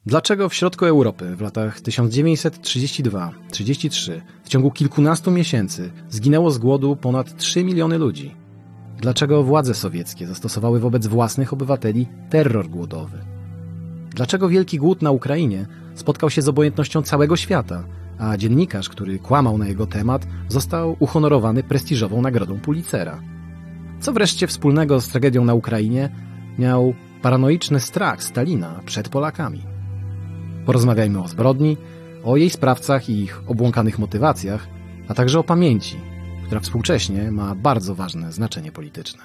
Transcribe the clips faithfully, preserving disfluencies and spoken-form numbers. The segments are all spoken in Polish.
Dlaczego w środku Europy w latach tysiąc dziewięćset trzydziesty drugi do trzydziestego trzeciego w ciągu kilkunastu miesięcy zginęło z głodu ponad trzy miliony ludzi? Dlaczego władze sowieckie zastosowały wobec własnych obywateli terror głodowy? Dlaczego wielki głód na Ukrainie spotkał się z obojętnością całego świata, a dziennikarz, który kłamał na jego temat, został uhonorowany prestiżową nagrodą Pulitzera? Co wreszcie wspólnego z tragedią na Ukrainie miał paranoiczny strach Stalina przed Polakami? Porozmawiajmy o zbrodni, o jej sprawcach i ich obłąkanych motywacjach, a także o pamięci, która współcześnie ma bardzo ważne znaczenie polityczne.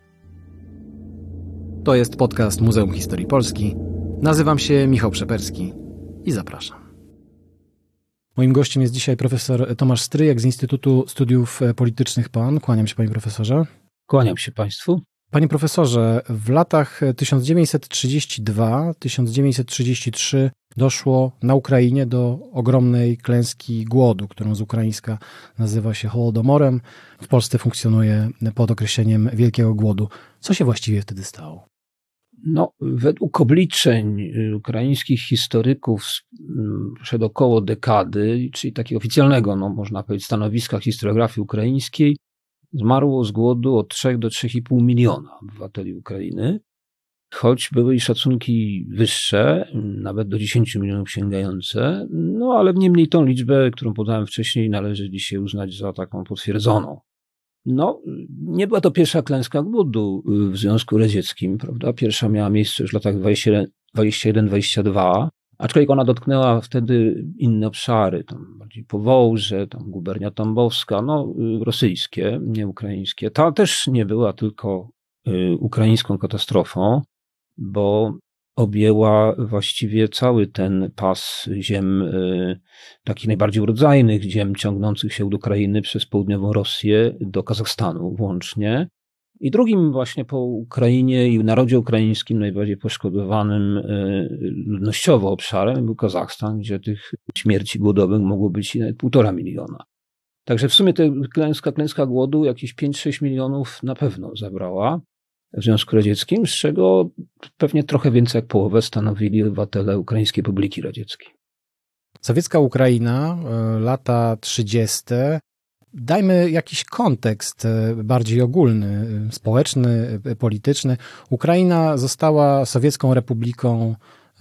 To jest podcast Muzeum Historii Polski. Nazywam się Michał Przeperski i zapraszam. Moim gościem jest dzisiaj profesor Tomasz Stryjek z Instytutu Studiów Politycznych P A N. Kłaniam się, panie profesorze. Kłaniam się państwu. Panie profesorze, w latach tysiąc dziewięćset trzydziesty drugi do tysiąc dziewięćset trzydziestego trzeciego doszło na Ukrainie do ogromnej klęski głodu, którą z ukraińska nazywa się Hołodomorem. W Polsce funkcjonuje pod określeniem Wielkiego Głodu. Co się właściwie wtedy stało? No, według obliczeń ukraińskich historyków przed około dekady, czyli takiego oficjalnego, no, można powiedzieć, stanowiska historiografii ukraińskiej, zmarło z głodu od trzech do trzech i pół miliona obywateli Ukrainy, choć były i szacunki wyższe, nawet do dziesięciu milionów sięgające, no ale niemniej tą liczbę, którą podałem wcześniej, należy dzisiaj uznać za taką potwierdzoną. No, nie była to pierwsza klęska głodu w Związku Radzieckim, prawda? Pierwsza miała miejsce już w latach dwudziestym jeden dwudziestym dwa, aczkolwiek ona dotknęła wtedy inne obszary, tam bardziej Powołże, tam gubernia tambowska, no rosyjskie, nie ukraińskie. Ta też nie była tylko y, ukraińską katastrofą, bo objęła właściwie cały ten pas ziem y, takich najbardziej urodzajnych, ziem ciągnących się od Ukrainy przez południową Rosję do Kazachstanu włącznie. I drugim właśnie po Ukrainie i narodzie ukraińskim najbardziej poszkodowanym ludnościowo obszarem był Kazachstan, gdzie tych śmierci głodowych mogło być nawet półtora miliona. Także w sumie ta klęska, klęska głodu jakieś pięć sześć milionów na pewno zabrała w Związku Radzieckim, z czego pewnie trochę więcej jak połowę stanowili obywatele Ukraińskiej Republiki Radzieckiej. Sowiecka Ukraina, lata trzydzieste. Dajmy jakiś kontekst bardziej ogólny, społeczny, polityczny. Ukraina została sowiecką republiką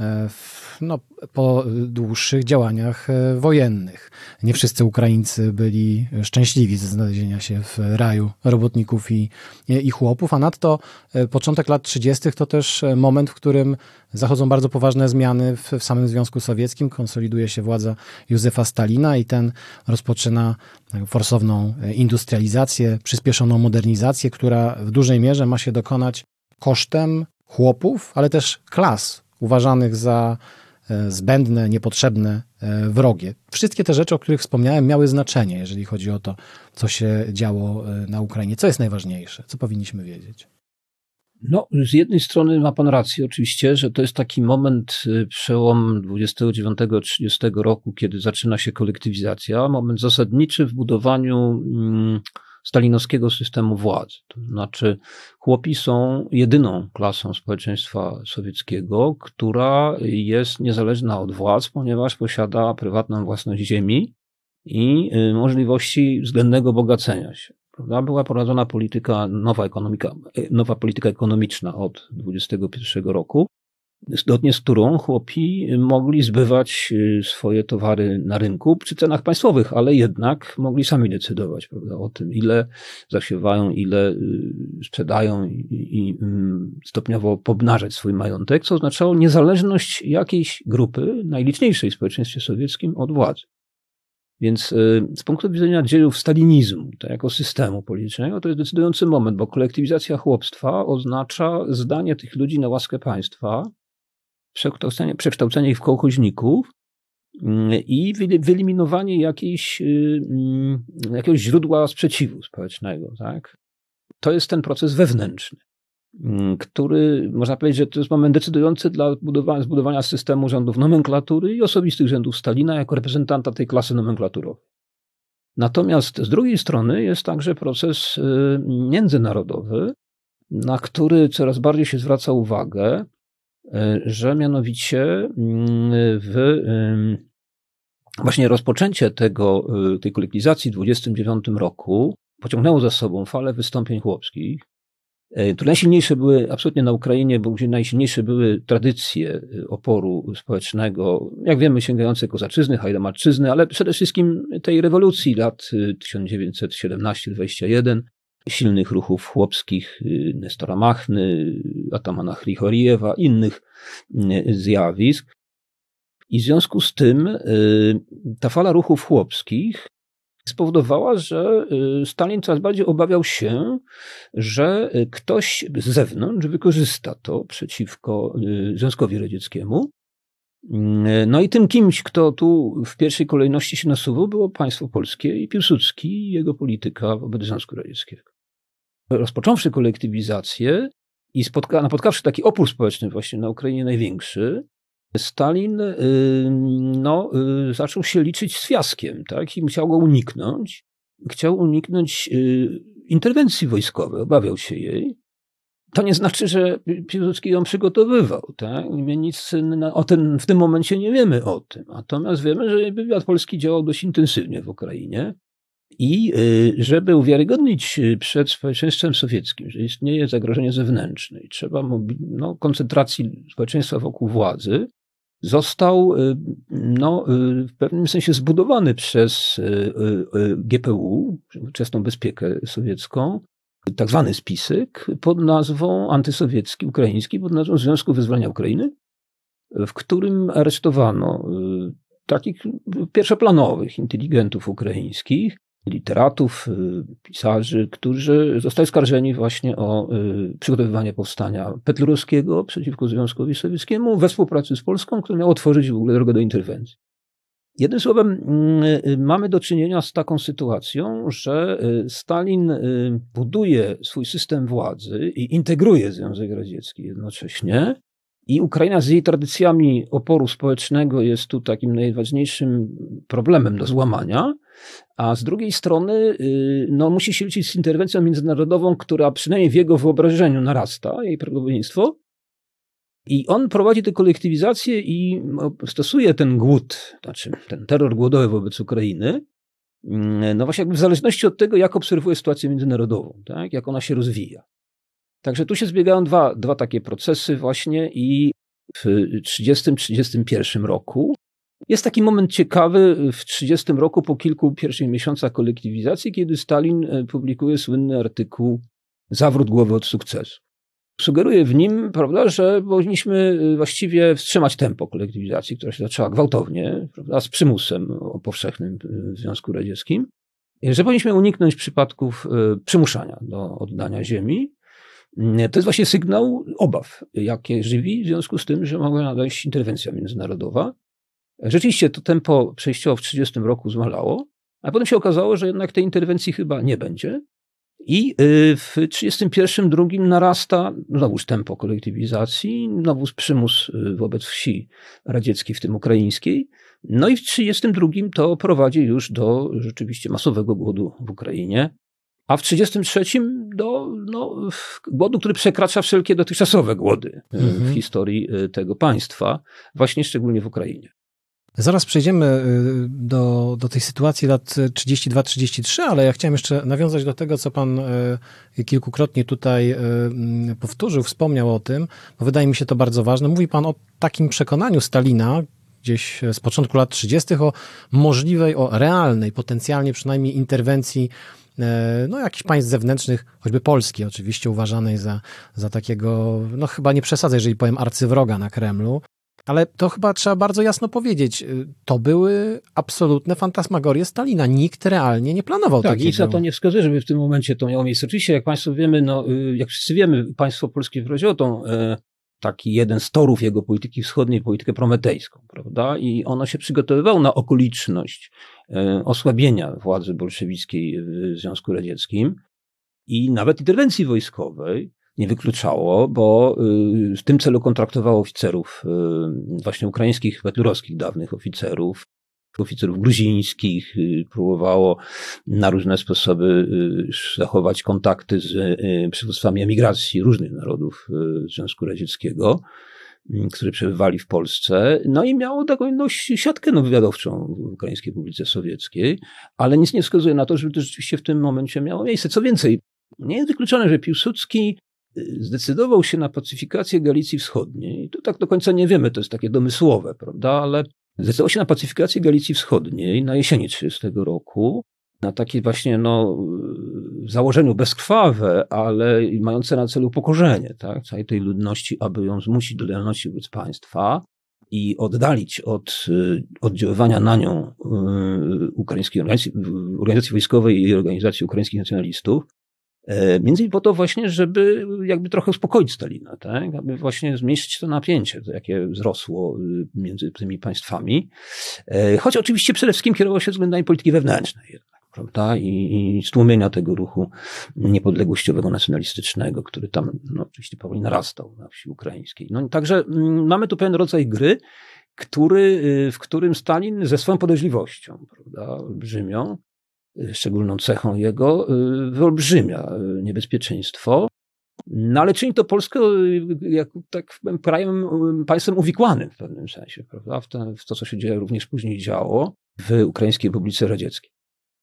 w, no, po dłuższych działaniach wojennych. Nie wszyscy Ukraińcy byli szczęśliwi ze znalezienia się w raju robotników i, i chłopów, a nadto początek lat trzydziestych to też moment, w którym zachodzą bardzo poważne zmiany w, w samym Związku Sowieckim. Konsoliduje się władza Józefa Stalina i ten rozpoczyna forsowną industrializację, przyspieszoną modernizację, która w dużej mierze ma się dokonać kosztem chłopów, ale też klas uważanych za zbędne, niepotrzebne, wrogie. Wszystkie te rzeczy, o których wspomniałem, miały znaczenie, jeżeli chodzi o to, co się działo na Ukrainie. Co jest najważniejsze? Co powinniśmy wiedzieć? No, z jednej strony ma pan rację oczywiście, że to jest taki moment, przełom dwudziestego dziewiątego do trzydziestego roku, kiedy zaczyna się kolektywizacja, moment zasadniczy w budowaniu mm, stalinowskiego systemu władzy. To znaczy chłopi są jedyną klasą społeczeństwa sowieckiego, która jest niezależna od władz, ponieważ posiada prywatną własność ziemi i możliwości względnego bogacenia się. Prawda? Była prowadzona polityka, nowa, ekonomika, nowa polityka ekonomiczna od dwudziestego pierwszego roku, zgodnie z którą chłopi mogli zbywać swoje towary na rynku przy cenach państwowych, ale jednak mogli sami decydować, prawda, o tym, ile zasiewają, ile sprzedają i, i stopniowo pomnażać swój majątek, co oznaczało niezależność jakiejś grupy, najliczniejszej w społeczeństwie sowieckim, od władzy. Więc z punktu widzenia dziejów stalinizmu, to jako systemu politycznego, to jest decydujący moment, bo kolektywizacja chłopstwa oznacza zdanie tych ludzi na łaskę państwa, przekształcenie, przekształcenie ich w kołchoźników i wyeliminowanie jakiejś, jakiegoś źródła sprzeciwu społecznego. Tak? To jest ten proces wewnętrzny, który, można powiedzieć, że to jest moment decydujący dla budowania, zbudowania systemu rządów nomenklatury i osobistych rządów Stalina jako reprezentanta tej klasy nomenklaturowej. Natomiast z drugiej strony jest także proces międzynarodowy, na który coraz bardziej się zwraca uwagę że mianowicie w właśnie rozpoczęcie tego, tej kolektywizacji w dwudziestym dziewiątym roku pociągnęło za sobą falę wystąpień chłopskich, które najsilniejsze były absolutnie na Ukrainie, bo gdzie najsilniejsze były tradycje oporu społecznego, jak wiemy, sięgające kozaczyzny, hajdamarczyzny, ale przede wszystkim tej rewolucji lat tysiąc dziewięćset siedemnaście dwadzieścia jeden, silnych ruchów chłopskich Nestora Machny, atamana Hrichorijewa, innych zjawisk. I w związku z tym ta fala ruchów chłopskich spowodowała, że Stalin coraz bardziej obawiał się, że ktoś z zewnątrz wykorzysta to przeciwko Związkowi Radzieckiemu. No i tym kimś, kto tu w pierwszej kolejności się nasuwał, było państwo polskie i Piłsudski i jego polityka wobec Związku Radzieckiego. Rozpocząwszy kolektywizację i spotka- napotkawszy taki opór społeczny właśnie na Ukrainie największy, Stalin no, zaczął się liczyć z fiaskiem, tak? I chciał go uniknąć. Chciał uniknąć interwencji wojskowej, obawiał się jej. To nie znaczy, że Piłsudski ją przygotowywał, tak? Nic o tym, w tym momencie nie wiemy o tym. Natomiast wiemy, że wywiad polski działał dość intensywnie w Ukrainie. I żeby uwiarygodnić przed społeczeństwem sowieckim, że istnieje zagrożenie zewnętrzne i trzeba mobil- no, koncentracji społeczeństwa wokół władzy, został no, w pewnym sensie zbudowany przez G P U, ówczesną bezpiekę sowiecką, tak zwany spisek pod nazwą antysowiecki, ukraiński, pod nazwą Związku Wyzwolenia Ukrainy, w którym aresztowano takich pierwszoplanowych inteligentów ukraińskich, literatów, pisarzy, którzy zostali skarżeni właśnie o przygotowywanie powstania petlurowskiego przeciwko Związkowi Sowieckiemu we współpracy z Polską, który miał otworzyć w ogóle drogę do interwencji. Jednym słowem, mamy do czynienia z taką sytuacją, że Stalin buduje swój system władzy i integruje Związek Radziecki jednocześnie. I Ukraina z jej tradycjami oporu społecznego jest tu takim najważniejszym problemem do złamania, a z drugiej strony no, musi się liczyć z interwencją międzynarodową, która przynajmniej w jego wyobrażeniu narasta, jej prawdopodobieństwo. I on prowadzi tę kolektywizację i stosuje ten głód, znaczy ten terror głodowy wobec Ukrainy, no właśnie jakby w zależności od tego, jak obserwuje sytuację międzynarodową, tak, jak ona się rozwija. Także tu się zbiegają dwa, dwa takie procesy właśnie i w trzydziestym trzydziestym pierwszym roku jest taki moment ciekawy w trzydziestym roku po kilku pierwszych miesiącach kolektywizacji, kiedy Stalin publikuje słynny artykuł Zawrót głowy od sukcesu. Sugeruje w nim, prawda, że powinniśmy właściwie wstrzymać tempo kolektywizacji, która się zaczęła gwałtownie, prawda, z przymusem powszechnym w Związku Radzieckim, że powinniśmy uniknąć przypadków przymuszania do oddania ziemi. To jest właśnie sygnał obaw, jakie żywi w związku z tym, że mogła nadejść interwencja międzynarodowa. Rzeczywiście to tempo przejściowo w trzydziestym roku zmalało, a potem się okazało, że jednak tej interwencji chyba nie będzie. I w trzydziestym pierwszym drugim narasta znowuż tempo kolektywizacji, znowuż przymus wobec wsi radzieckiej, w tym ukraińskiej. No i w trzydziestym drugim to prowadzi już do rzeczywiście masowego głodu w Ukrainie. A w trzydziestym trzecim do no, głodu, który przekracza wszelkie dotychczasowe głody mhm. w historii tego państwa, właśnie szczególnie w Ukrainie. Zaraz przejdziemy do, do tej sytuacji lat trzydziestego drugiego trzydziestego trzeciego, ale ja chciałem jeszcze nawiązać do tego, co pan kilkukrotnie tutaj powtórzył, wspomniał o tym, bo wydaje mi się to bardzo ważne. Mówi pan o takim przekonaniu Stalina, gdzieś z początku lat trzydziestych, o możliwej, o realnej, potencjalnie przynajmniej interwencji no, jakichś państw zewnętrznych, choćby Polski oczywiście, uważanej za, za takiego, no chyba nie przesadzę, jeżeli powiem arcywroga na Kremlu, ale to chyba trzeba bardzo jasno powiedzieć, to były absolutne fantasmagorie Stalina. Nikt realnie nie planował tak, takiego. Nic na to nie wskazuje, żeby w tym momencie to miało miejsce. Oczywiście, jak państwo wiemy, no, jak wszyscy wiemy, państwo polskie wprowadziło tą taki jeden z torów jego polityki wschodniej, politykę prometejską, prawda? I ono się przygotowywało na okoliczność osłabienia władzy bolszewickiej w Związku Radzieckim i nawet interwencji wojskowej nie wykluczało, bo w tym celu kontraktowało oficerów właśnie ukraińskich, petlurowskich dawnych oficerów, oficerów gruzińskich, próbowało na różne sposoby zachować kontakty z przywództwami emigracji różnych narodów Związku Radzieckiego. którzy przebywali w Polsce, no i miało taką no, siatkę no, wywiadowczą w Ukraińskiej Republice Sowieckiej, ale nic nie wskazuje na to, żeby to rzeczywiście w tym momencie miało miejsce. Co więcej, nie jest wykluczone, że Piłsudski zdecydował się na pacyfikację Galicji Wschodniej. To tak do końca nie wiemy, to jest takie domysłowe, prawda, ale zdecydował się na pacyfikację Galicji Wschodniej na jesieni trzydziestego roku, na takie właśnie, no, w założeniu bezkrwawe, ale mające na celu upokorzenie, tak, całej tej ludności, aby ją zmusić do lojalności wobec państwa i oddalić od oddziaływania na nią ukraińskiej organizacji, organizacji wojskowej i organizacji ukraińskich nacjonalistów. Między innymi po to właśnie, żeby jakby trochę uspokoić Stalina, tak? Aby właśnie zmniejszyć to napięcie, to jakie wzrosło między tymi państwami. Choć oczywiście przede wszystkim kierował się względami polityki wewnętrznej jednak, prawda? I, i stłumienia tego ruchu niepodległościowego, nacjonalistycznego, który tam no, oczywiście powoli narastał na wsi ukraińskiej. No, także mamy tu pewien rodzaj gry, który, w którym Stalin ze swoją podejrzliwością, prawda, olbrzymią, szczególną cechą jego, wyolbrzymia niebezpieczeństwo. No ale czyni to Polskę jak, tak krajem, państwem uwikłanym w pewnym sensie, prawda? W, te, w to, co się dzieje, również później działo w Ukraińskiej Republice Radzieckiej.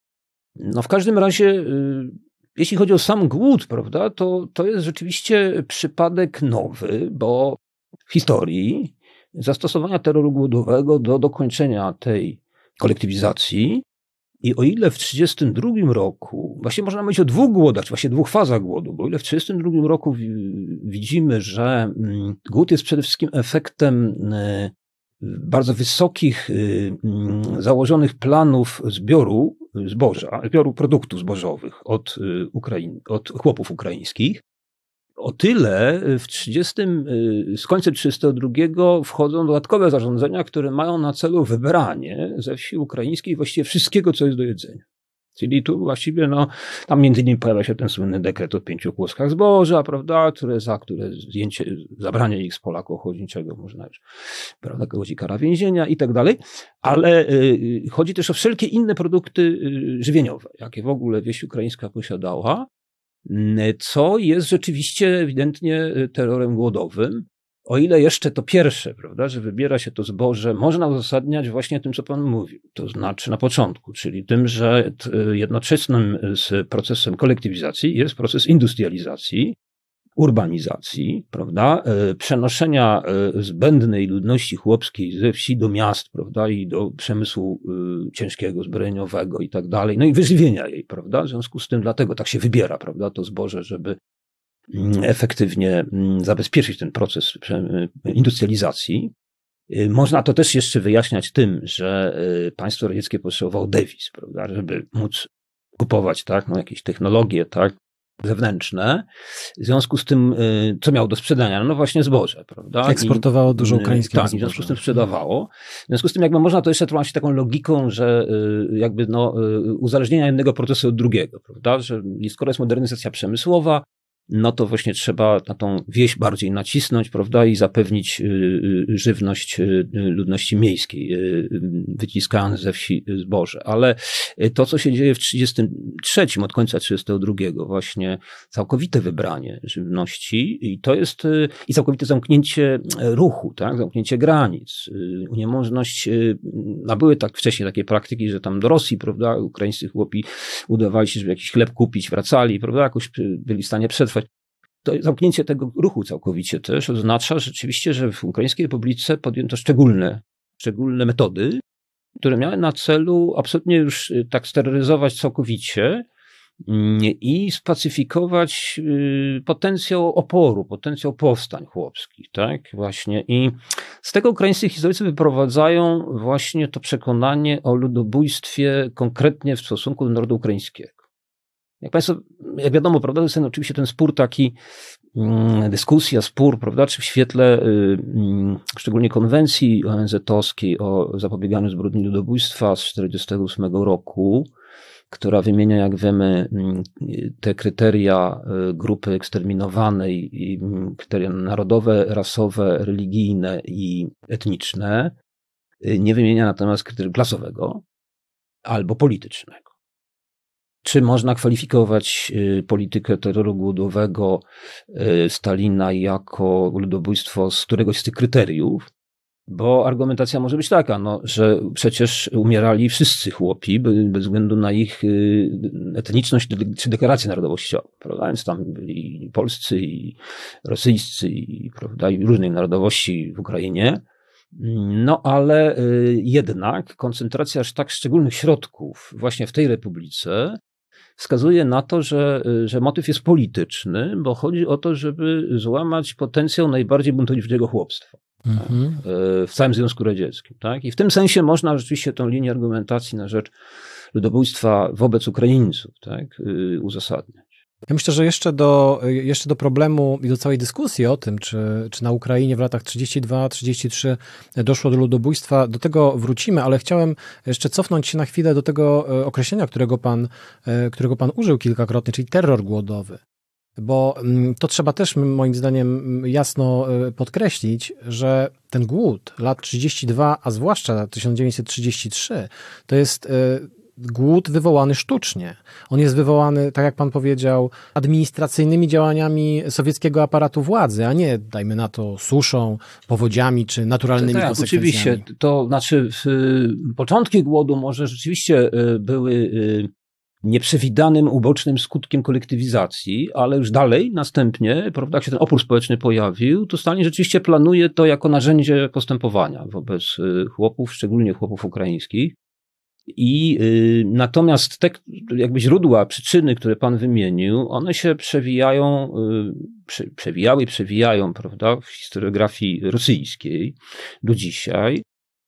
No w każdym razie, jeśli chodzi o sam głód, prawda, to, to jest rzeczywiście przypadek nowy, bo w historii zastosowania terroru głodowego do dokończenia tej kolektywizacji. I o ile w trzydziestym drugim roku, właśnie można mówić o dwóch głodach, czy właśnie dwóch fazach głodu, bo o ile w trzydziestym drugim roku widzimy, że głód jest przede wszystkim efektem bardzo wysokich, założonych planów zbioru zboża, zbioru produktów zbożowych od Ukrain, od chłopów ukraińskich, o tyle w trzydziestym, z końcem trzydziestego drugiego wchodzą dodatkowe zarządzenia, które mają na celu wybranie ze wsi ukraińskiej właściwie wszystkiego, co jest do jedzenia. Czyli tu właściwie, no, tam między innymi pojawia się ten słynny dekret o pięciu kłoskach zboża, prawda, które za które zdjęcie, zabranie ich z pola kołchozniczego można już, prawda, grozi kara więzienia i tak dalej, ale y, chodzi też o wszelkie inne produkty y, żywieniowe, jakie w ogóle wieś ukraińska posiadała, co jest rzeczywiście ewidentnie terrorem głodowym. O ile jeszcze to pierwsze, prawda, że wybiera się to zboże, można uzasadniać właśnie tym, co pan mówił, to znaczy na początku, czyli tym, że jednoczesnym z procesem kolektywizacji jest proces industrializacji, urbanizacji, prawda, przenoszenia zbędnej ludności chłopskiej ze wsi do miast, prawda, i do przemysłu ciężkiego, zbrojeniowego i tak dalej, no i wyżywienia jej, prawda, w związku z tym dlatego tak się wybiera, prawda, to zboże, żeby efektywnie zabezpieczyć ten proces industrializacji. Można to też jeszcze wyjaśniać tym, że państwo radzieckie potrzebowało dewiz, prawda, żeby móc kupować, tak, no jakieś technologie, tak, zewnętrzne. W związku z tym, co miało do sprzedania? No właśnie zboże, prawda? Eksportowało dużo ukraińskiego tak, zboża. W związku z tym sprzedawało. W związku z tym jakby można to jeszcze tłumaczyć taką logiką, że jakby no uzależnienia jednego procesu od drugiego, prawda? Że skoro jest modernizacja przemysłowa, no to właśnie trzeba na tą wieś bardziej nacisnąć, prawda, i zapewnić żywność ludności miejskiej, wyciskając ze wsi zboże. Ale to, co się dzieje w trzydziestym trzecim, od końca trzydziestego drugiego, właśnie całkowite wybranie żywności i to jest, i całkowite zamknięcie ruchu, tak, zamknięcie granic, niemożność, a były tak wcześniej takie praktyki, że tam do Rosji, prawda, ukraińscy chłopi udawali się, żeby jakiś chleb kupić, wracali, prawda, jakoś byli w stanie przetrwać. To zamknięcie tego ruchu całkowicie też oznacza rzeczywiście, że w Ukraińskiej Republice podjęto szczególne, szczególne metody, które miały na celu absolutnie już tak sterylizować całkowicie i spacyfikować potencjał oporu, potencjał powstań chłopskich, tak, właśnie. I z tego ukraińscy historycy wyprowadzają właśnie to przekonanie o ludobójstwie konkretnie w stosunku do narodu ukraińskiego. Jak państwo, jak wiadomo, prawda, to jest ten, oczywiście ten spór taki, dyskusja, spór, prawda, czy w świetle szczególnie konwencji O N Z-owskiej o zapobieganiu zbrodni ludobójstwa z tysiąc dziewięćset czterdziestego ósmego roku, która wymienia, jak wiemy, te kryteria grupy eksterminowanej, kryteria narodowe, rasowe, religijne i etniczne, nie wymienia natomiast kryterium klasowego albo politycznego. Czy można kwalifikować politykę terroru głodowego Stalina jako ludobójstwo z któregoś z tych kryteriów? Bo argumentacja może być taka, no, że przecież umierali wszyscy chłopi bez względu na ich etniczność czy deklarację narodowościową, prawda? Więc tam byli i polscy, i rosyjscy, i, prawda, i różnej narodowości w Ukrainie. No ale jednak koncentracja aż tak szczególnych środków właśnie w tej republice wskazuje na to, że, że motyw jest polityczny, bo chodzi o to, żeby złamać potencjał najbardziej buntowniczego chłopstwa. Mhm. W całym Związku Radzieckim. Tak? I w tym sensie można rzeczywiście tę linię argumentacji na rzecz ludobójstwa wobec Ukraińców tak, uzasadniać. Ja myślę, że jeszcze do, jeszcze do problemu i do całej dyskusji o tym, czy, czy na Ukrainie w latach trzydziestym drugim trzydziestym trzecim doszło do ludobójstwa, do tego wrócimy, ale chciałem jeszcze cofnąć się na chwilę do tego określenia, którego pan, którego pan użył kilkakrotnie, czyli terror głodowy. Bo to trzeba też moim zdaniem jasno podkreślić, że ten głód lat trzydziestego drugiego, a zwłaszcza tysiąc dziewięćset trzydziestego trzeciego, to jest głód wywołany sztucznie. On jest wywołany, tak jak pan powiedział, administracyjnymi działaniami sowieckiego aparatu władzy, a nie, dajmy na to, suszą, powodziami czy naturalnymi tak, konsekwencjami. Oczywiście. To znaczy w, początki głodu może rzeczywiście były nieprzewidanym, ubocznym skutkiem kolektywizacji, ale już dalej, następnie, prawda, jak się ten opór społeczny pojawił, to Stalin rzeczywiście planuje to jako narzędzie postępowania wobec chłopów, szczególnie chłopów ukraińskich. I y, natomiast te jakby źródła, przyczyny, które pan wymienił, one się przewijają, y, prze, przewijały i przewijają, prawda, w historiografii rosyjskiej do dzisiaj.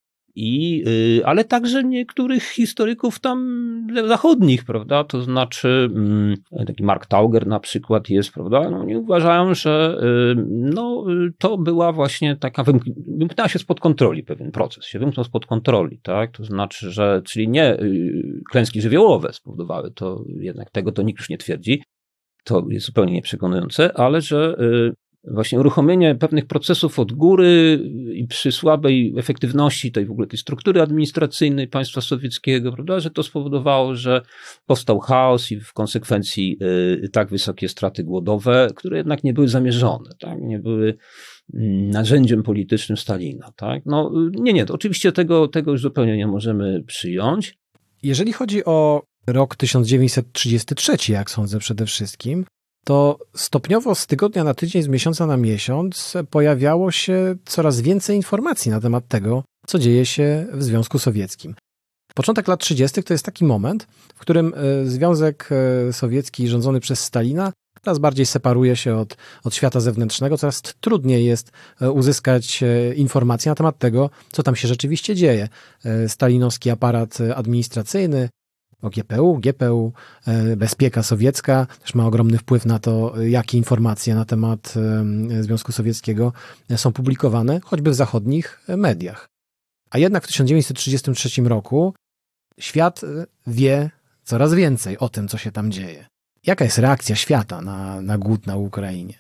I, y, ale także niektórych historyków tam zachodnich, prawda, to znaczy y, taki Mark Tauger na przykład jest, prawda, no oni uważają, że y, no, to była właśnie taka, wymknęła się spod kontroli pewien proces, się wymknął spod kontroli, tak, to znaczy, że, czyli nie y, klęski żywiołowe spowodowały to, jednak tego to nikt już nie twierdzi, to jest zupełnie nieprzekonujące, ale że y, właśnie uruchomienie pewnych procesów od góry i przy słabej efektywności tej w ogóle tej struktury administracyjnej państwa sowieckiego, prawda, że to spowodowało, że powstał chaos i w konsekwencji y, tak wysokie straty głodowe, które jednak nie były zamierzone, tak, nie były narzędziem politycznym Stalina, tak. No nie, nie, to oczywiście tego, tego już zupełnie nie możemy przyjąć. Jeżeli chodzi o rok tysiąc dziewięćset trzydziesty trzeci, jak sądzę przede wszystkim, to stopniowo z tygodnia na tydzień, z miesiąca na miesiąc pojawiało się coraz więcej informacji na temat tego, co dzieje się w Związku Sowieckim. Początek lat trzydziestych to jest taki moment, w którym Związek Sowiecki rządzony przez Stalina coraz bardziej separuje się od, od świata zewnętrznego, coraz trudniej jest uzyskać informacje na temat tego, co tam się rzeczywiście dzieje. Stalinowski aparat administracyjny, o G P U, G P U, bezpieka sowiecka też ma ogromny wpływ na to, jakie informacje na temat Związku Sowieckiego są publikowane, choćby w zachodnich mediach. A jednak w tysiąc dziewięćset trzydziestym trzecim roku świat wie coraz więcej o tym, co się tam dzieje. Jaka jest reakcja świata na, na głód na Ukrainie?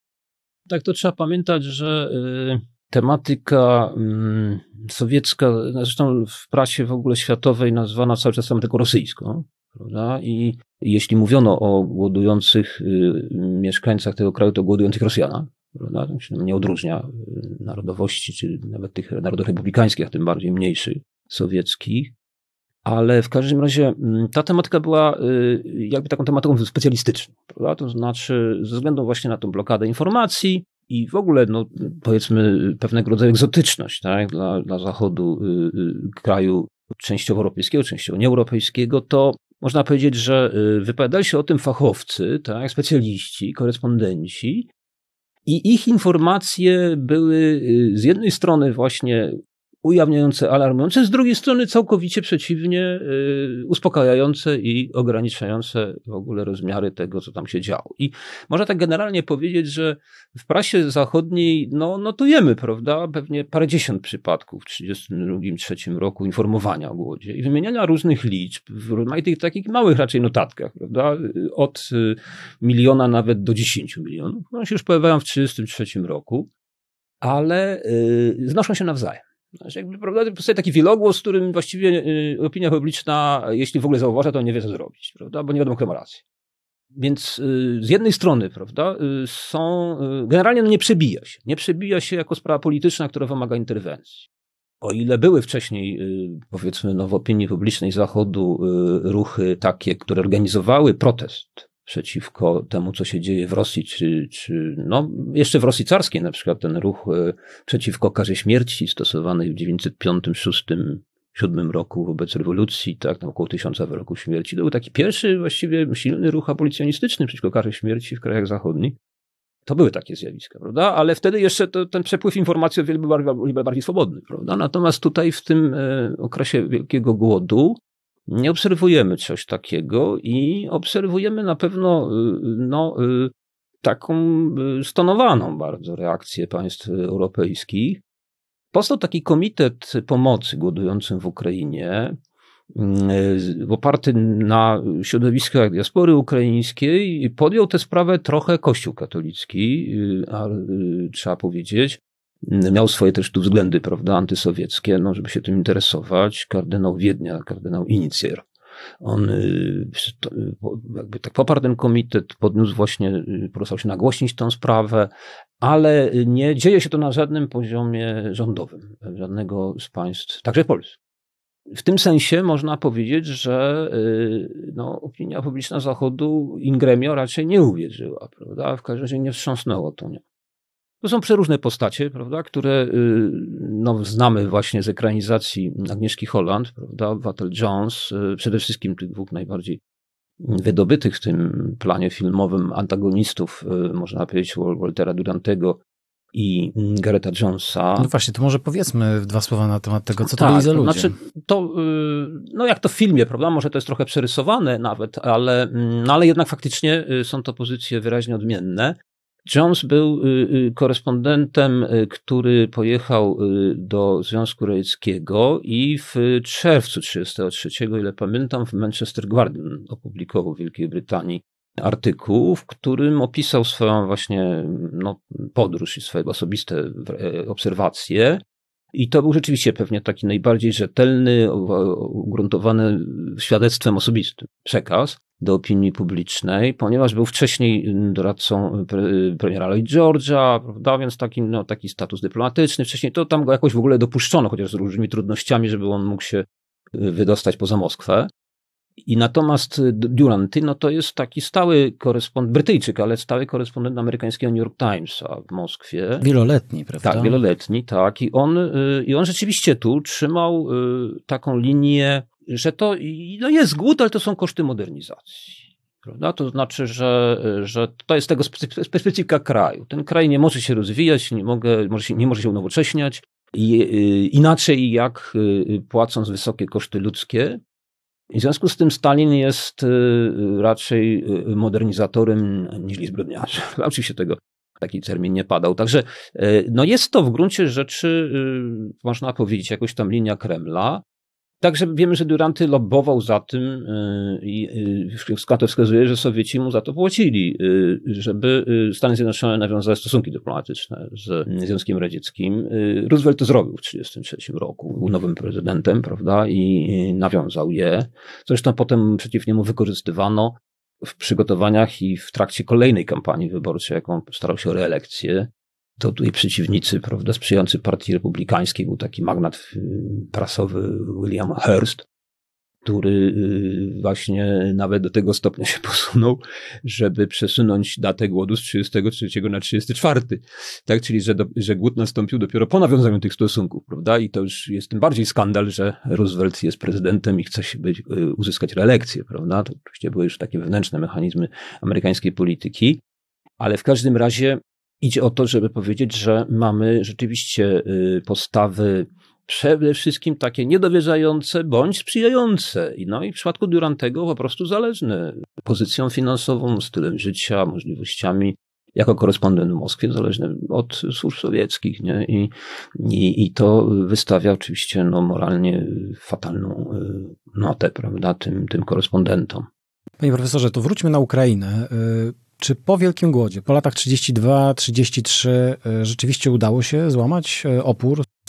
Tak, to trzeba pamiętać, że y tematyka mm, sowiecka, zresztą w prasie w ogóle światowej nazwana cały czas tematyką rosyjską, prawda? I jeśli mówiono o głodujących y, mieszkańcach tego kraju, to głodujących Rosjanach, prawda? To się nie odróżnia y, narodowości, czy nawet tych narodów republikańskich, a tym bardziej mniejszych, sowieckich. Ale w każdym razie ta tematyka była y, jakby taką tematyką specjalistyczną, prawda? To znaczy ze względu właśnie na tą blokadę informacji, i w ogóle, no, powiedzmy, pewnego rodzaju egzotyczność, tak, dla, dla zachodu y, y, kraju częściowo europejskiego, częściowo nieeuropejskiego, to można powiedzieć, że y, wypowiadali się o tym fachowcy, tak, specjaliści, korespondenci i ich informacje były y, z jednej strony właśnie ujawniające, alarmujące, z drugiej strony całkowicie przeciwnie, yy, uspokajające i ograniczające w ogóle rozmiary tego, co tam się działo. I można tak generalnie powiedzieć, że w prasie zachodniej no, notujemy, prawda, pewnie parędziesiąt przypadków w trzydziestym drugim, trzecim roku informowania o głodzie i wymieniania różnych liczb w rozmaitych takich małych raczej notatkach, prawda, od miliona nawet do dziesięciu milionów. One się już pojawiają w trzydziestym trzecim roku, ale yy, znoszą się nawzajem. Znaczy jakby, prawda, powstaje taki wielogłos, z którym właściwie opinia publiczna, jeśli w ogóle zauważa, to nie wie, co zrobić, prawda, bo nie wiadomo, kto ma rację. Więc z jednej strony, prawda, są, generalnie no nie przebija się. Nie przebija się jako sprawa polityczna, która wymaga interwencji. O ile były wcześniej, powiedzmy, no, w opinii publicznej Zachodu ruchy takie, które organizowały protest przeciwko temu, co się dzieje w Rosji, czy, czy no, jeszcze w Rosji carskiej, na przykład ten ruch przeciwko karze śmierci stosowanej w dziewięćset piątym, szóstym, siódmym roku wobec rewolucji, tak, tam około tysiąca wyroków śmierci. To był taki pierwszy właściwie silny ruch abolicjonistyczny przeciwko karze śmierci w krajach zachodnich. To były takie zjawiska, prawda? Ale wtedy jeszcze to, ten przepływ informacji o wiele był bardziej, bardziej swobodny, prawda? Natomiast tutaj w tym e, okresie wielkiego głodu nie obserwujemy czegoś takiego i obserwujemy na pewno e, no, e, taką e, stonowaną bardzo reakcję państw europejskich. Powstał taki komitet pomocy głodującym w Ukrainie, oparty na środowiskach diaspory ukraińskiej, i podjął tę sprawę trochę Kościół katolicki, a trzeba powiedzieć, miał swoje też tu względy, prawda, antysowieckie, no, żeby się tym interesować. Kardynał Wiednia, kardynał Inicjer, on jakby tak poparł ten komitet, podniósł właśnie, postarał się nagłośnić tę sprawę, ale nie dzieje się to na żadnym poziomie rządowym, żadnego z państw, także Polski. W tym sensie można powiedzieć, że no, opinia publiczna Zachodu in gremio raczej nie uwierzyła, prawda? W każdym razie nie wstrząsnęło to. Nie. To są przeróżne postacie, prawda, które no, znamy właśnie z ekranizacji Agnieszki Holland, prawda, Wattel-Jones, przede wszystkim tych dwóch najbardziej wydobytych w tym planie filmowym antagonistów, można powiedzieć, Waltera Durantego i Gareta Jonesa. No właśnie, to może powiedzmy dwa słowa na temat tego, co to tak, byli za ludzie. Znaczy, to, no jak to w filmie, prawda, może to jest trochę przerysowane nawet, ale, no ale jednak faktycznie są to pozycje wyraźnie odmienne. Jones był korespondentem, który pojechał do Związku Radzieckiego i w czerwcu trzydziestego trzeciego, ile pamiętam, w Manchester Guardian opublikował w Wielkiej Brytanii artykuł, w którym opisał swoją właśnie no, podróż i swoje osobiste obserwacje. I to był rzeczywiście pewnie taki najbardziej rzetelny, ugruntowany świadectwem osobistym przekaz do opinii publicznej, ponieważ był wcześniej doradcą premiera Lloyd George'a, prawda, więc taki, no, taki status dyplomatyczny. Wcześniej to tam go jakoś w ogóle dopuszczono, chociaż z różnymi trudnościami, żeby on mógł się wydostać poza Moskwę. I natomiast Duranty, no to jest taki stały korespondent, Brytyjczyk, ale stały korespondent amerykańskiego New York Timesa w Moskwie. Wieloletni, prawda? Tak, wieloletni, tak. I on, i on rzeczywiście tu trzymał taką linię, że to no jest głód, ale to są koszty modernizacji. Prawda? To znaczy, że, że to jest tego specyfika kraju. Ten kraj nie może się rozwijać, nie, mogę, może się, nie może się unowocześniać i, inaczej jak płacąc wysokie koszty ludzkie. I w związku z tym Stalin jest raczej modernizatorem niż zbrodniarzem. Oczywiście tego taki termin nie padał. Także no jest to w gruncie rzeczy, można powiedzieć, jakoś tam linia Kremla. Także wiemy, że Duranty lobbował za tym i wszystko to wskazuje, że Sowieci mu za to płacili, żeby Stany Zjednoczone nawiązały stosunki dyplomatyczne z Związkiem Radzieckim. Roosevelt to zrobił w tysiąc dziewięćset trzydziestym trzecim roku, był nowym prezydentem, prawda, i nawiązał je. Zresztą potem przeciw niemu wykorzystywano w przygotowaniach i w trakcie kolejnej kampanii wyborczej, jaką starał się o reelekcję. To tutaj przeciwnicy, prawda, sprzyjający partii republikańskiej, był taki magnat prasowy William Hearst, który właśnie nawet do tego stopnia się posunął, żeby przesunąć datę głodu z trzydziestego trzeciego na trzydziesty czwarty. Tak, czyli że, do, że głód nastąpił dopiero po nawiązaniu tych stosunków, prawda? I to już jest tym bardziej skandal, że Roosevelt jest prezydentem i chce się być, uzyskać reelekcję, prawda? To oczywiście były już takie wewnętrzne mechanizmy amerykańskiej polityki, ale w każdym razie idzie o to, żeby powiedzieć, że mamy rzeczywiście postawy przede wszystkim takie niedowierzające bądź sprzyjające. No i w przypadku Durantego po prostu zależne pozycją finansową, stylem życia, możliwościami. Jako korespondent w Moskwie zależny od służb sowieckich, nie? I, i, i to wystawia oczywiście no, moralnie fatalną notę, prawda, tym, tym korespondentom. Panie profesorze, to wróćmy na Ukrainę. Czy po Wielkim Głodzie, po latach trzydziestym drugim trzydziestym trzecim rzeczywiście udało się złamać opór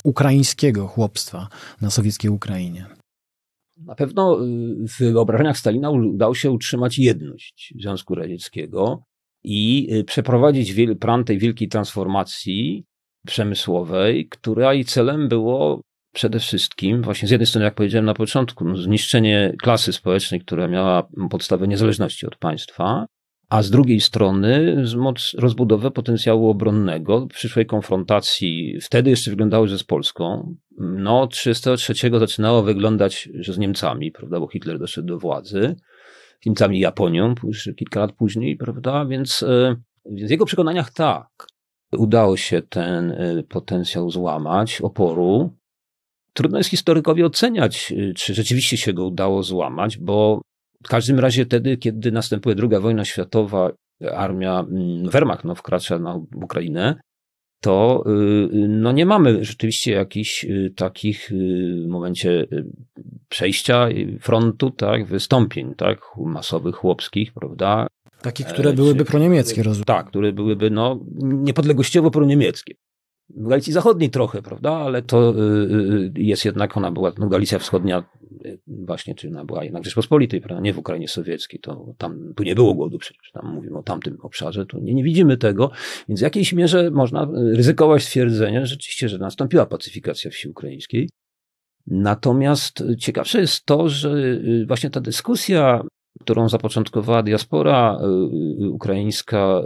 ukraińskiego chłopstwa na sowieckiej Ukrainie? Na pewno w wyobrażeniach Stalina udało się utrzymać jedność Związku Radzieckiego i przeprowadzić plan tej wielkiej transformacji przemysłowej, której celem było przede wszystkim, właśnie z jednej strony, jak powiedziałem na początku, no, zniszczenie klasy społecznej, która miała podstawę niezależności od państwa, a z drugiej strony rozbudowę potencjału obronnego przyszłej konfrontacji. Wtedy jeszcze wyglądało, że z Polską. No, trzydziestego trzeciego zaczynało wyglądać, że z Niemcami, prawda, bo Hitler doszedł do władzy. Niemcami i Japonią, kilka lat później, prawda, więc, więc w jego przekonaniach tak. Udało się ten potencjał złamać, oporu. Trudno jest historykowi oceniać, czy rzeczywiście się go udało złamać, bo w każdym razie wtedy, kiedy następuje druga wojna światowa, armia Wehrmacht no, wkracza na Ukrainę, to no, nie mamy rzeczywiście jakichś takich w momencie przejścia frontu, tak, wystąpień, tak, masowych, chłopskich, prawda? Takich, które byłyby proniemieckie, rozumiem. Tak, które byłyby no, niepodległościowo proniemieckie. W Galicji Zachodniej trochę, prawda, ale to jest jednak, ona była, no Galicja Wschodnia właśnie, czy ona była jednak Rzeczpospolitej, prawda, nie w Ukrainie Sowieckiej, to tam, tu nie było głodu przecież, tam mówimy o tamtym obszarze, tu nie, nie widzimy tego, więc w jakiejś mierze można ryzykować stwierdzenie, że rzeczywiście, że nastąpiła pacyfikacja wsi ukraińskiej. Natomiast ciekawsze jest to, że właśnie ta dyskusja, którą zapoczątkowała diaspora ukraińska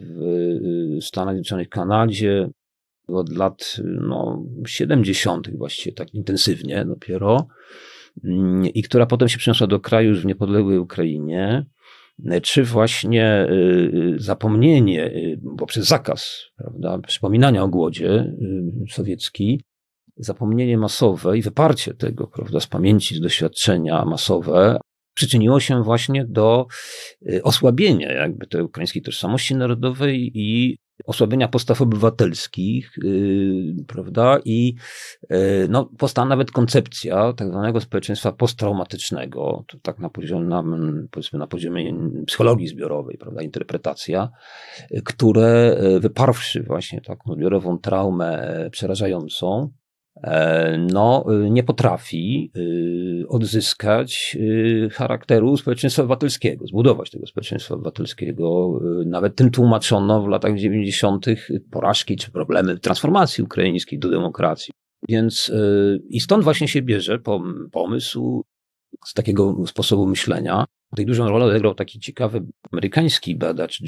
w Stanach Zjednoczonych, Kanadzie, od lat no, siedemdziesiątych właściwie tak intensywnie dopiero i która potem się przeniosła do kraju już w niepodległej Ukrainie, czy właśnie zapomnienie poprzez zakaz, prawda, przypominania o głodzie sowiecki, zapomnienie masowe i wyparcie tego, prawda, z pamięci, z doświadczenia masowe przyczyniło się właśnie do osłabienia jakby tej ukraińskiej tożsamości narodowej i osłabienia postaw obywatelskich, yy, prawda, i yy, no, powstała nawet koncepcja tak zwanego społeczeństwa posttraumatycznego, to tak na poziomie, na, powiedzmy na poziomie psychologii zbiorowej, prawda, interpretacja, które wyparwszy właśnie taką zbiorową traumę przerażającą, no, nie potrafi odzyskać charakteru społeczeństwa obywatelskiego, zbudować tego społeczeństwa obywatelskiego. Nawet tym tłumaczono w latach dziewięćdziesiątych porażki czy problemy transformacji ukraińskiej do demokracji. Więc i stąd właśnie się bierze pomysł z takiego sposobu myślenia. Tutaj dużą rolę odegrał taki ciekawy amerykański badacz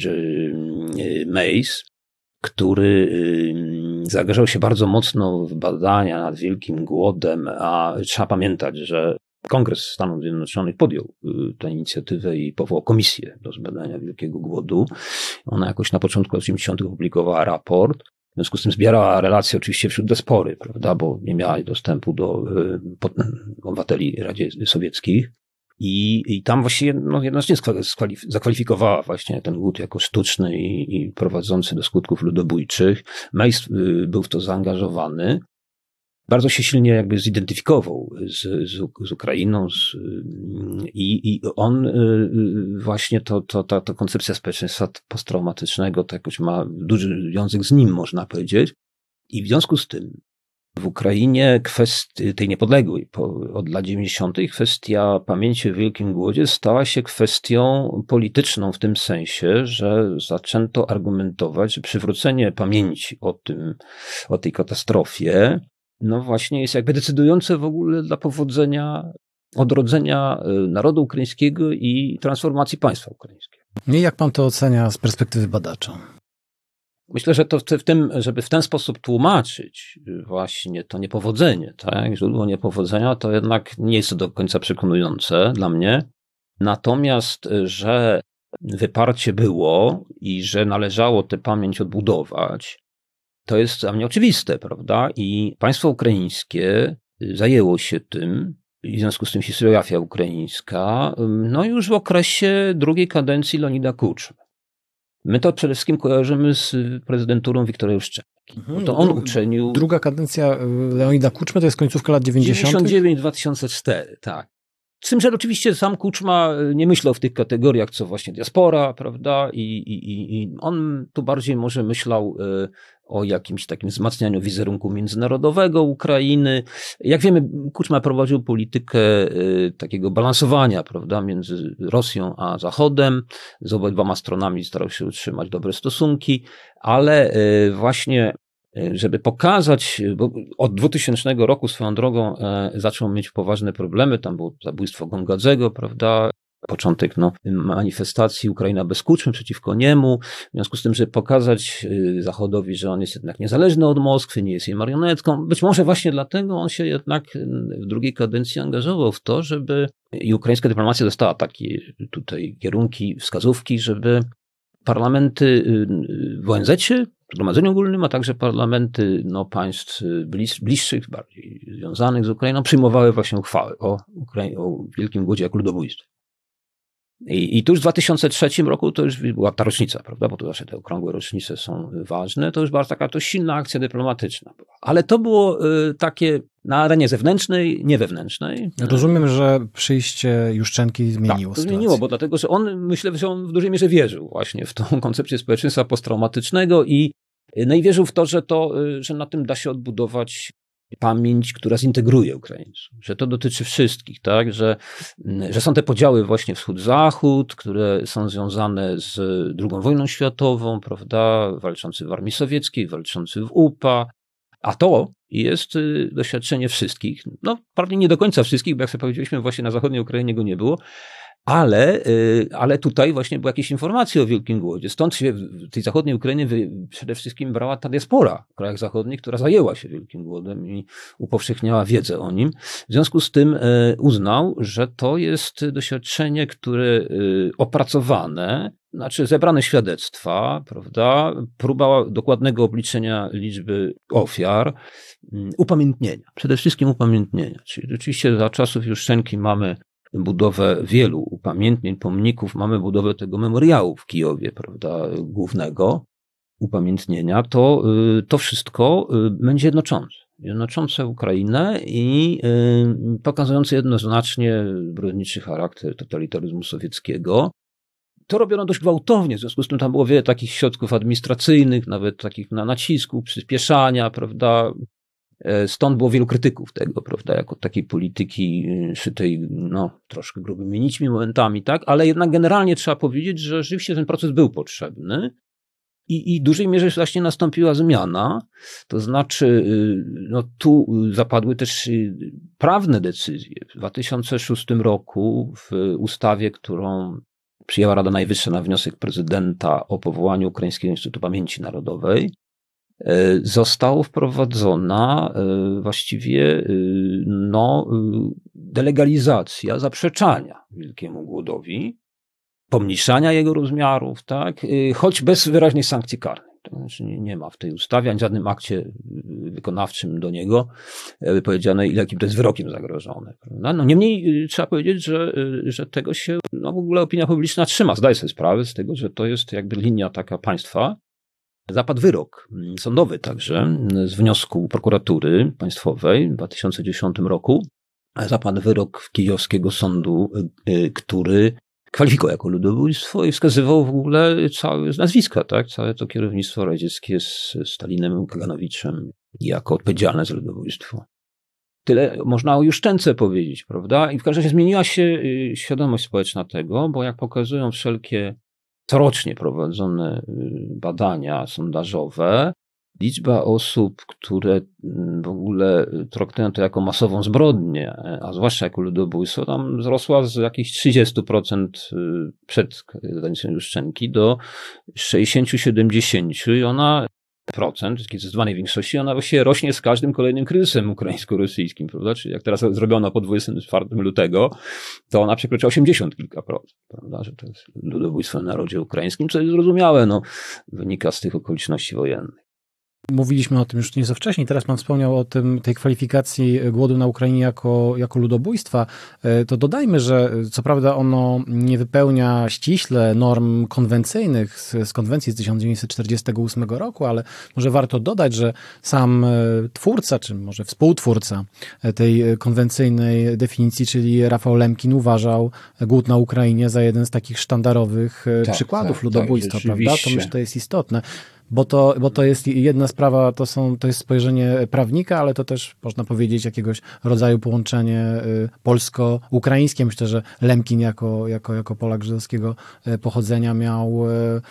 Mays, który zaangażował się bardzo mocno w badania nad wielkim głodem, a trzeba pamiętać, że Kongres Stanów Zjednoczonych podjął tę inicjatywę i powołał komisję do zbadania wielkiego głodu. Ona jakoś na początku lat osiemdziesiątych opublikowała raport. W związku z tym zbierała relacje oczywiście wśród diaspory, prawda, bo nie miała dostępu do obywateli Radzie Sowieckich. I, I tam właściwie no, jednocześnie zakwalifikowała właśnie ten głód jako sztuczny i, i prowadzący do skutków ludobójczych. Mays był w to zaangażowany. Bardzo się silnie jakby zidentyfikował z, z, z Ukrainą z, i, i on właśnie to, to, ta, ta koncepcja społeczeństwa posttraumatycznego to jakoś ma duży związek z nim, można powiedzieć. I w związku z tym w Ukrainie kwestii tej niepodległej po, od lat dziewięćdziesiątych kwestia pamięci o Wielkim Głodzie stała się kwestią polityczną w tym sensie, że zaczęto argumentować, że przywrócenie pamięci o tym, o tej katastrofie, no właśnie jest jakby decydujące w ogóle dla powodzenia, odrodzenia narodu ukraińskiego i transformacji państwa ukraińskiego. I jak pan to ocenia z perspektywy badacza? Myślę, że to w tym, żeby w ten sposób tłumaczyć właśnie to niepowodzenie, tak, źródło niepowodzenia, to jednak nie jest to do końca przekonujące dla mnie. Natomiast, że wyparcie było i że należało tę pamięć odbudować, to jest dla mnie oczywiste, prawda? I państwo ukraińskie zajęło się tym, i w związku z tym historiografia ukraińska, no już w okresie drugiej kadencji Leonida Kuczmy. My to przede wszystkim kojarzymy z prezydenturą Wiktora Juszczenki. Mhm, to on uczynił... Druga kadencja Leonida Kuczmy to jest końcówka lat dziewięćdziesiątych? dziewięćdziesiąt dziewięć do dwa tysiące cztery, tak. Z tym, że oczywiście sam Kuczma nie myślał w tych kategoriach, co właśnie diaspora, prawda, i, i, i on tu bardziej może myślał o jakimś takim wzmacnianiu wizerunku międzynarodowego Ukrainy. Jak wiemy, Kuczma prowadził politykę takiego balansowania, prawda, między Rosją a Zachodem. Z obydwoma stronami starał się utrzymać dobre stosunki, ale właśnie żeby pokazać, bo od dwutysięcznego roku swoją drogą zaczął mieć poważne problemy, tam było zabójstwo Gongadzego, prawda, początek no, manifestacji Ukraina bez Kuczmy przeciwko niemu, w związku z tym, żeby pokazać Zachodowi, że on jest jednak niezależny od Moskwy, nie jest jej marionetką. Być może właśnie dlatego on się jednak w drugiej kadencji angażował w to, żeby i ukraińska dyplomacja dostała takie tutaj kierunki, wskazówki, żeby parlamenty w O N Z-cie, w Zgromadzeniu Ogólnym, a także parlamenty no, państw blis, bliższych, bardziej związanych z Ukrainą, przyjmowały właśnie uchwały o, Ukrai- o Wielkim Głodzie jako ludobójstwie. I, I tu już w dwa tysiące trzecim roku to już była ta rocznica, prawda, bo to zawsze te okrągłe rocznice są ważne, to już była taka to silna akcja dyplomatyczna. Ale to było y, takie na arenie zewnętrznej, nie wewnętrznej. Rozumiem, że przyjście Juszczenki zmieniło tak, to sytuację. zmieniło, bo dlatego, że on, myślę, że on w dużej mierze wierzył właśnie w tą koncepcję społeczeństwa posttraumatycznego i, no i wierzył w to, że to, że na tym da się odbudować pamięć, która zintegruje Ukraińców, że to dotyczy wszystkich, tak, że, że są te podziały właśnie wschód-zachód, które są związane z drugą wojną światową, prawda, walczący w armii sowieckiej, walczący w U P A, a to jest doświadczenie wszystkich, no pewnie nie do końca wszystkich, bo jak sobie powiedzieliśmy, właśnie na zachodniej Ukrainie go nie było, ale, ale tutaj właśnie były jakieś informacje o Wielkim Głodzie. Stąd się w tej zachodniej Ukrainie przede wszystkim brała ta diaspora w krajach zachodnich, która zajęła się Wielkim Głodem i upowszechniała wiedzę o nim. W związku z tym uznał, że to jest doświadczenie, które opracowane, znaczy zebrane świadectwa, prawda, próba dokładnego obliczenia liczby ofiar, upamiętnienia, przede wszystkim upamiętnienia. Czyli oczywiście za czasów Juszczenki mamy budowę wielu upamiętnień, pomników, mamy budowę tego memoriału w Kijowie, prawda, głównego upamiętnienia, to, to wszystko będzie jednoczące. Jednoczące Ukrainę i pokazujące jednoznacznie zbrodniczy charakter totalitaryzmu sowieckiego. To robiono dość gwałtownie, w związku z tym tam było wiele takich środków administracyjnych, nawet takich na nacisku, przyspieszania, prawda. Stąd było wielu krytyków tego, prawda, jako takiej polityki szytej, no, troszkę grubymi nićmi momentami, tak, ale jednak generalnie trzeba powiedzieć, że rzeczywiście ten proces był potrzebny i, i w dużej mierze właśnie nastąpiła zmiana, to znaczy, no, tu zapadły też prawne decyzje. W dwa tysiące szóstym roku w ustawie, którą przyjęła Rada Najwyższa na wniosek prezydenta o powołaniu Ukraińskiego Instytutu Pamięci Narodowej, została wprowadzona właściwie no, delegalizacja zaprzeczania Wielkiemu Głodowi, pomniejszania jego rozmiarów, tak, choć bez wyraźnej sankcji karnej. To znaczy nie, nie ma w tej ustawie, ani w żadnym akcie wykonawczym do niego powiedziane, jakim to jest wyrokiem zagrożone. Prawda? No niemniej trzeba powiedzieć, że, że tego się no, w ogóle opinia publiczna trzyma. Zdaje sobie sprawę z tego, że to jest jakby linia taka państwa. Zapadł wyrok sądowy także z wniosku prokuratury państwowej w dwa tysiące dziesiątym roku. Zapadł wyrok kijowskiego sądu, który kwalifikował jako ludobójstwo i wskazywał w ogóle całe nazwiska, tak? Całe to kierownictwo radzieckie z Stalinem, Kaganowiczem jako odpowiedzialne za ludobójstwo. Tyle można o Juszczence powiedzieć, prawda? I w każdym razie zmieniła się świadomość społeczna tego, bo jak pokazują wszelkie corocznie prowadzone badania sondażowe, liczba osób, które w ogóle traktują to jako masową zbrodnię, a zwłaszcza jako ludobójstwo, tam wzrosła z jakichś trzydzieści procent przed kadencją Juszczenki do sześćdziesiąt do siedemdziesięciu i ona procent, zdecydowanej większości, ona właściwie rośnie z każdym kolejnym kryzysem ukraińsko-rosyjskim, prawda? Czyli jak teraz zrobiono po dwudziestego czwartego lutego, to ona przekroczyła osiemdziesiąt kilka procent, prawda? Że to jest ludobójstwo w narodzie ukraińskim, co jest zrozumiałe, no, wynika z tych okoliczności wojennych. Mówiliśmy o tym już nieco wcześniej, teraz pan wspomniał o tym, tej kwalifikacji głodu na Ukrainie jako, jako ludobójstwa. To dodajmy, że co prawda ono nie wypełnia ściśle norm konwencyjnych z, z konwencji z tysiąc dziewięćset czterdziestego ósmego roku, ale może warto dodać, że sam twórca, czy może współtwórca tej konwencyjnej definicji, czyli Rafał Lemkin, uważał głód na Ukrainie za jeden z takich sztandarowych tak, przykładów tak, ludobójstwa, tak, prawda? To myślę, że to jest istotne. Bo to, bo to jest jedna sprawa, to, są, to jest spojrzenie prawnika, ale to też można powiedzieć jakiegoś rodzaju połączenie polsko-ukraińskie. Myślę, że Lemkin jako, jako, jako Polak żydowskiego pochodzenia miał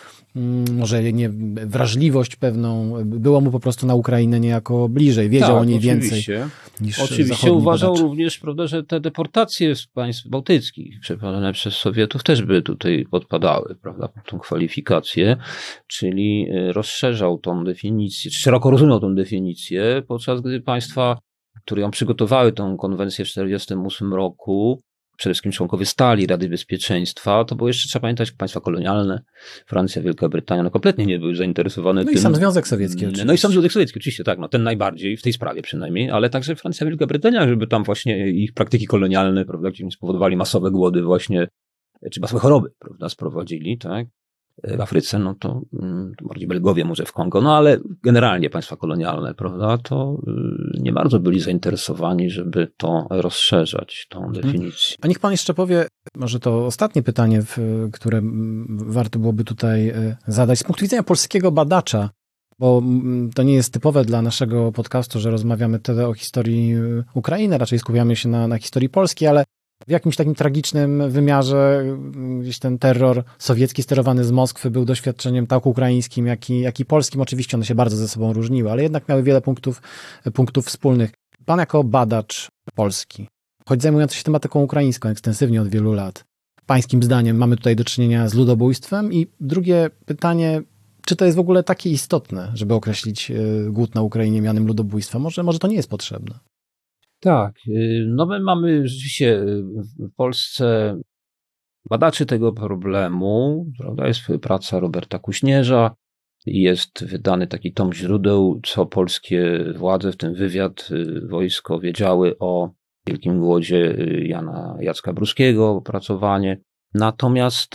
może nie wrażliwość pewną, było mu po prostu na Ukrainę niejako bliżej, wiedział tak, o niej więcej niż Oczywiście uważał badacz. również, prawda, że te deportacje z państw bałtyckich przeprowadzone przez Sowietów też by tutaj podpadały, prawda, pod tą kwalifikację, czyli rozszerzał tą definicję, czy szeroko rozumiał tą definicję, podczas gdy państwa, które ją przygotowały, tą konwencję w tysiąc dziewięćset czterdziestym ósmym roku, przede wszystkim członkowie stali Rady Bezpieczeństwa, to było jeszcze, trzeba pamiętać, państwa kolonialne, Francja, Wielka Brytania, no kompletnie nie były zainteresowane no tym. No i sam Związek Sowiecki oczywiście. No i sam Związek Sowiecki oczywiście, tak, no ten najbardziej, w tej sprawie przynajmniej, ale także Francja, Wielka Brytania, żeby tam właśnie ich praktyki kolonialne, prawda, gdzie spowodowali masowe głody właśnie, czy masowe choroby, prawda, sprowadzili, tak, w Afryce, no to, to bardziej Belgowie, może w Kongo, no ale generalnie państwa kolonialne, prawda, to nie bardzo byli zainteresowani, żeby to rozszerzać, tą definicję. A niech pan jeszcze powie, może to ostatnie pytanie, które warto byłoby tutaj zadać, z punktu widzenia polskiego badacza, bo to nie jest typowe dla naszego podcastu, że rozmawiamy wtedy o historii Ukrainy, raczej skupiamy się na, na historii Polski, ale w jakimś takim tragicznym wymiarze gdzieś ten terror sowiecki sterowany z Moskwy był doświadczeniem tak ukraińskim, jak i, jak i polskim. Oczywiście one się bardzo ze sobą różniły, ale jednak miały wiele punktów, punktów wspólnych. Pan jako badacz polski, choć zajmujący się tematyką ukraińską ekstensywnie od wielu lat, pańskim zdaniem mamy tutaj do czynienia z ludobójstwem? I drugie pytanie, czy to jest w ogóle takie istotne, żeby określić głód na Ukrainie mianem ludobójstwa? Może, może to nie jest potrzebne? Tak, no my mamy rzeczywiście w Polsce badaczy tego problemu, prawda, jest praca Roberta Kuśnierza, jest wydany taki tom źródeł, co polskie władze, w tym wywiad, wojsko wiedziały o wielkim głodzie Jana Jacka Bruskiego, opracowanie. Natomiast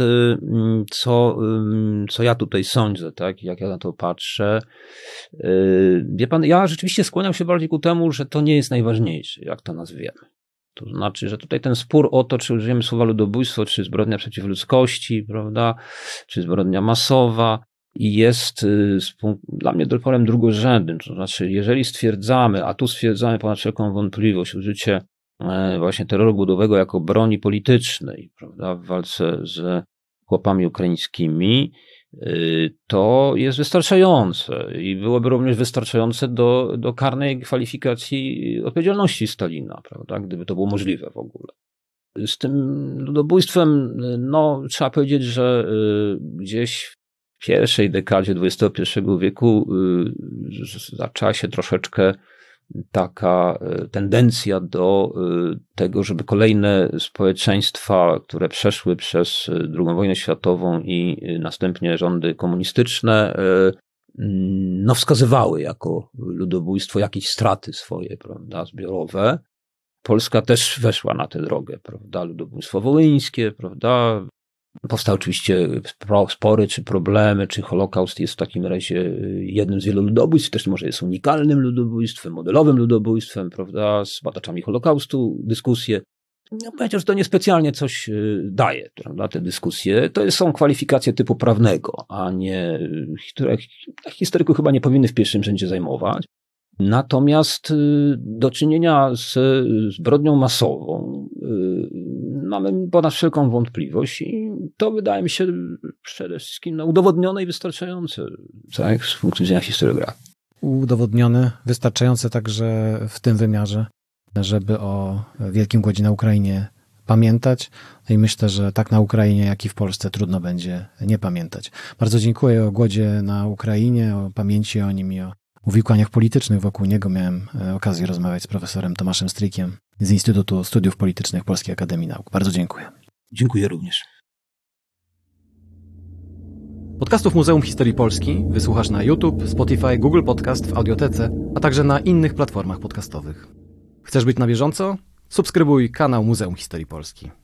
co, co ja tutaj sądzę, tak, jak ja na to patrzę, wie pan, ja rzeczywiście skłaniam się bardziej ku temu, że to nie jest najważniejsze, jak to nazwiemy. To znaczy, że tutaj ten spór o to, czy użyjemy słowa ludobójstwo, czy zbrodnia przeciw ludzkości, prawda, czy zbrodnia masowa, i jest dla mnie sporem drugorzędnym. To znaczy, jeżeli stwierdzamy, a tu stwierdzamy ponad wszelką wątpliwość użycie właśnie terroru głodowego jako broni politycznej, prawda, w walce z chłopami ukraińskimi, to jest wystarczające i byłoby również wystarczające do, do karnej kwalifikacji odpowiedzialności Stalina, prawda, gdyby to było możliwe w ogóle. Z tym ludobójstwem, no, trzeba powiedzieć, że gdzieś w pierwszej dekadzie dwudziestego pierwszego wieku zaczęła się troszeczkę taka tendencja do tego, żeby kolejne społeczeństwa, które przeszły przez drugą wojnę światową i następnie rządy komunistyczne, no wskazywały jako ludobójstwo jakieś straty swoje, prawda, zbiorowe. Polska też weszła na tę drogę, prawda, ludobójstwo wołyńskie, prawda. Powstały oczywiście spory, czy problemy, czy Holokaust jest w takim razie jednym z wielu ludobójstw, też może jest unikalnym ludobójstwem, modelowym ludobójstwem, prawda, z badaczami Holokaustu dyskusje. Ja powiedział, że to niespecjalnie coś daje, prawda, te dyskusje. To są kwalifikacje typu prawnego, a nie, które historyków chyba nie powinny w pierwszym rzędzie zajmować. Natomiast do czynienia z zbrodnią masową mamy ponad wszelką wątpliwość i to wydaje mi się przede wszystkim no, udowodnione i wystarczające, tak, z punktu widzenia historiografii. Udowodnione, wystarczające także w tym wymiarze, żeby o wielkim głodzie na Ukrainie pamiętać. I myślę, że tak na Ukrainie, jak i w Polsce trudno będzie nie pamiętać. Bardzo dziękuję o głodzie na Ukrainie, o pamięci o nim i o uwikłaniach politycznych wokół niego. Miałem okazję rozmawiać z profesorem Tomaszem Strykiem z Instytutu Studiów Politycznych Polskiej Akademii Nauk. Bardzo dziękuję. Dziękuję również. Podcastów Muzeum Historii Polski wysłuchasz na YouTube, Spotify, Google Podcast, w Audiotece, a także na innych platformach podcastowych. Chcesz być na bieżąco? Subskrybuj kanał Muzeum Historii Polski.